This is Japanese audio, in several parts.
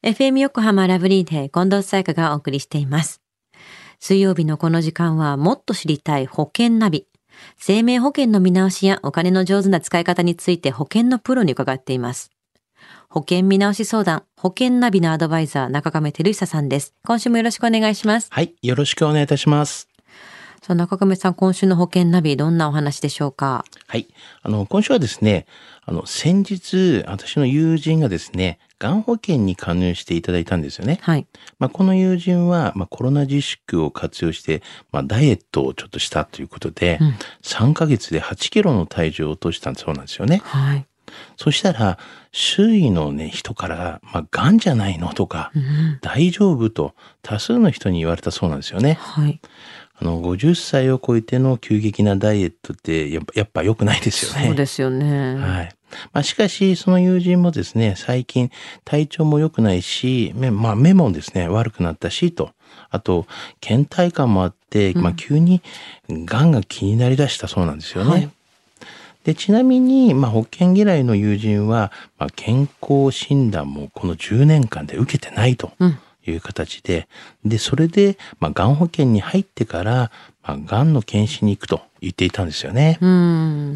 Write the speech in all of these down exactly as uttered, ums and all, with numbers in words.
エフエム 横浜ラブリーで近藤沙耶香がお送りしています。水曜日のこの時間はもっと知りたい保険ナビ。生命保険の見直しやお金の上手な使い方について保険のプロに伺っています。保険見直し相談、保険ナビのアドバイザー、中亀照久さんです。今週もよろしくお願いします。 はい、よろしくお願いいたします。 さあ、中亀さん、今週の保険ナビ、どんなお話でしょうか？ はい、あの、今週はですね、あの、先日、私の友人がですね、がん保険に加入していただいたんですよね。 はい。 まあ、この友人は、まあ、コロナ自粛を活用して、まあ、ダイエットをちょっとしたということで、うん、さんかげつではちキロの体重を落としたそうなんですよね。 はい。 そしたら、周囲のね、人から、まあ、がんじゃないのとか、うん、大丈夫と多数の人に言われたそうなんですよね。 はい。 あの、ごじゅっさいを超えての急激なダイエットってやっぱ、やっぱ良くないですよね。 そうですよね。 はい。まあ、しかし、その友人もですね、最近体調も良くないし、目、まあ、目もですね、悪くなったし、と。あと、倦怠感もあって、まあ、急に癌が気になりだしたそうなんですよね。はい。で、ちなみに、まあ、保険嫌いの友人は、まあ、健康診断もこのじゅうねんかんで受けてないと。うんいう形で、で、それで、まあ、がん保険に入ってから、まあ、がんの検診に行くと言っていたんですよね。 うん。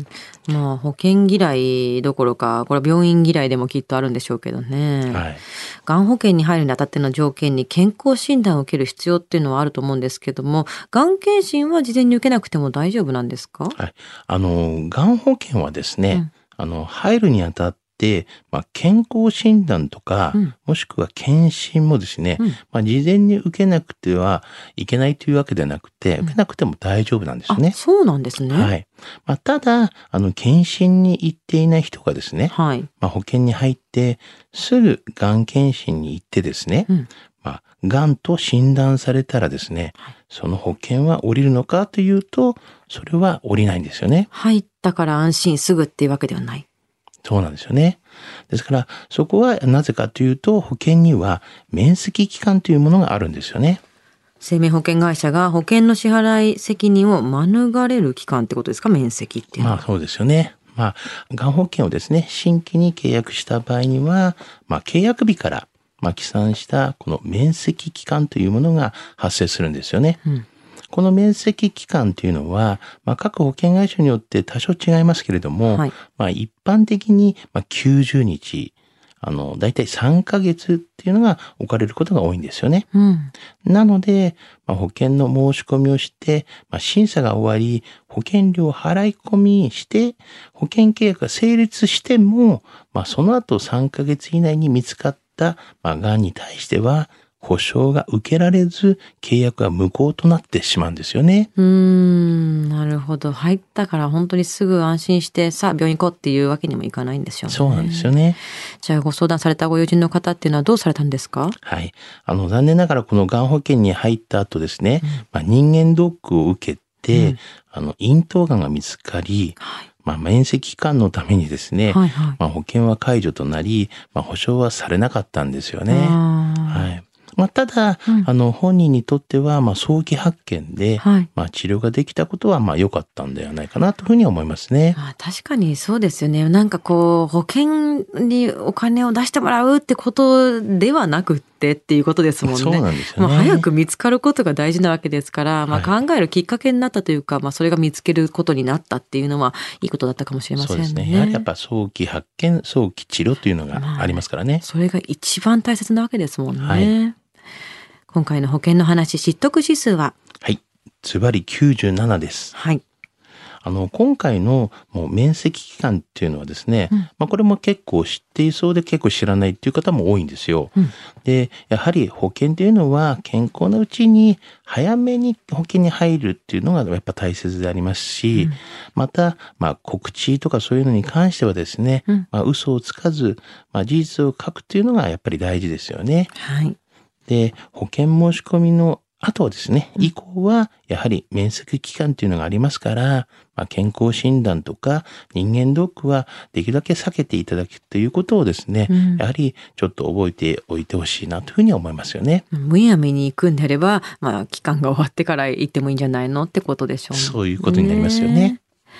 まあ、保険嫌いどころか、これは病院嫌いでもきっとあるんでしょうけどね。 はい。 がん保険に入るにあたっての条件に健康診断を受ける必要っていうのはあると思うんですけども、がん検診は事前に受けなくても大丈夫なんですか？ はい。あの、がん保険はですね、うん、あの、入るにあたって、で、まあ、健康診断とか、うん、もしくは検診もですね、うん、まあ、事前に受けなくてはいけないというわけではなくて、うん、受けなくても大丈夫なんですね。 あ、そうなんですね。 はい。まあ、ただ、あの、検診に行っていない人がですね、 はい。 まあ、保険に入って、すぐがん検診に行ってですね、うん、まあ、がんと診断されたらですね、はい、その保険は下りるのかというと、それは下りないんですよね。 入ったから安心すぐっていうわけではない。 そうなんですよね。ですから、そこはなぜかというと、保険には免責期間というものがあるんですよね。 生命保険会社が保険の支払い責任を免れる期間ってことですか、免責っていうのは。 まあそうですよね。まあ、がん保険をですね、新規に契約した場合には、まあ契約日から、まあ、起算したこの免責期間というものが発生するんですよね。うん、この免責期間というのは、まあ、各保険会社によって多少違いますけれども、はい、まあ、一般的にきゅうじゅうにち、あの、だいたいさんかげつっていうのが置かれることが多いんですよね。うん、なので、まあ、保険の申し込みをして、まあ、審査が終わり、保険料を払い込みして、保険契約が成立しても、まあ、その後さんかげつ以内に見つかった、まあ、がんに対しては、保証が受けられず、契約が無効となってしまうんですよね。 うーん、なるほど。入ったから本当にすぐ安心して、さあ病院行こうっていうわけにもいかないんですよね。 そうなんですよね。 じゃあご相談されたご友人の方っていうのはどうされたんですか？ はい。あの、残念ながらこのがん保険に入った後ですね、うん、まあ、人間ドックを受けて、うん、あの、咽頭がんが見つかり、はい、まあ、免責期間のためにですね、はいはい、まあ、保険は解除となり、まあ、保証はされなかったんですよね。はい。まあ、ただ、うん、あの、本人にとっては、まあ、早期発見で、はい、まあ、治療ができたことは、まあ、良かったんではないかなというふうに思いますね。 あ、確かにそうですよね。なんかこう、保険にお金を出してもらうってことではなくってっていうことですもんね。 そうなんですよね。 まあ、早く見つかることが大事なわけですから、まあ、考えるきっかけになったというか、はい、まあ、それが見つけることになったっていうのは、いいことだったかもしれませんね。 そうですね。やはりやっぱ早期発見、早期治療というのがありますからね。まあ、 それが一番大切なわけですもんね。はい、今回の保険の話、知得指数は？ はい。ズバリきゅうじゅうななです。 はい。 あの、今回のもう免責期間っていうのはですね、うん、まあこれも結構知っていそうで結構知らないっていう方も多いんですよ。うん、で、やはり保険っていうのは健康なうちに早めに保険に入るっていうのがやっぱ大切でありますし、うん、また、まあ告知とかそういうのに関してはですね、うん、まあ嘘をつかず、まあ事実を書くっていうのがやっぱり大事ですよね。 はい。 で、保険申し込みのあとはですね、以降はやはり免責期間というのがありますから、まあ、健康診断とか人間ドックはできるだけ避けていただくということをですね、うん、やはりちょっと覚えておいてほしいなというふうに思いますよね。 むやみに行くんであれば、まあ、期間が終わってから行ってもいいんじゃないのってことでしょうね。 そういうことになりますよね。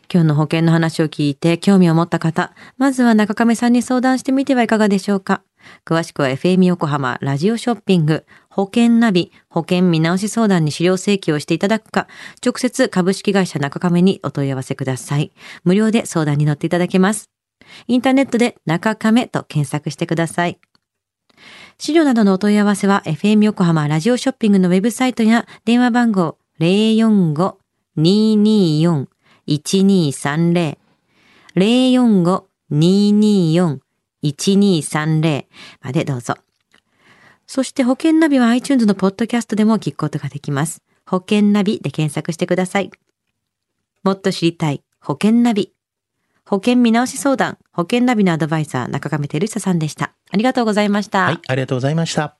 今日の保険の話を聞いて興味を持った方、まずは中亀さんに相談してみてはいかがでしょうか。詳しくは エフエム 横浜ラジオショッピング保険ナビ保険見直し相談に資料請求をしていただくか、直接株式会社中亀にお問い合わせください。無料で相談に乗っていただけます。インターネットで中亀と検索してください。資料などのお問い合わせは エフエム 横浜ラジオショッピングのウェブサイトや電話番号 ゼロよんご にーにーよん いちにーさんゼロ ゼロよんご にーにーよん いちにーさんゼロ までどうぞ。そして保険ナビは iTunes のポッドキャストでも聞くことができます。保険ナビで検索してください。もっと知りたい保険ナビ。保険見直し相談、保険ナビのアドバイザー中亀照久さんでした。ありがとうございました。 はい、ありがとうございました。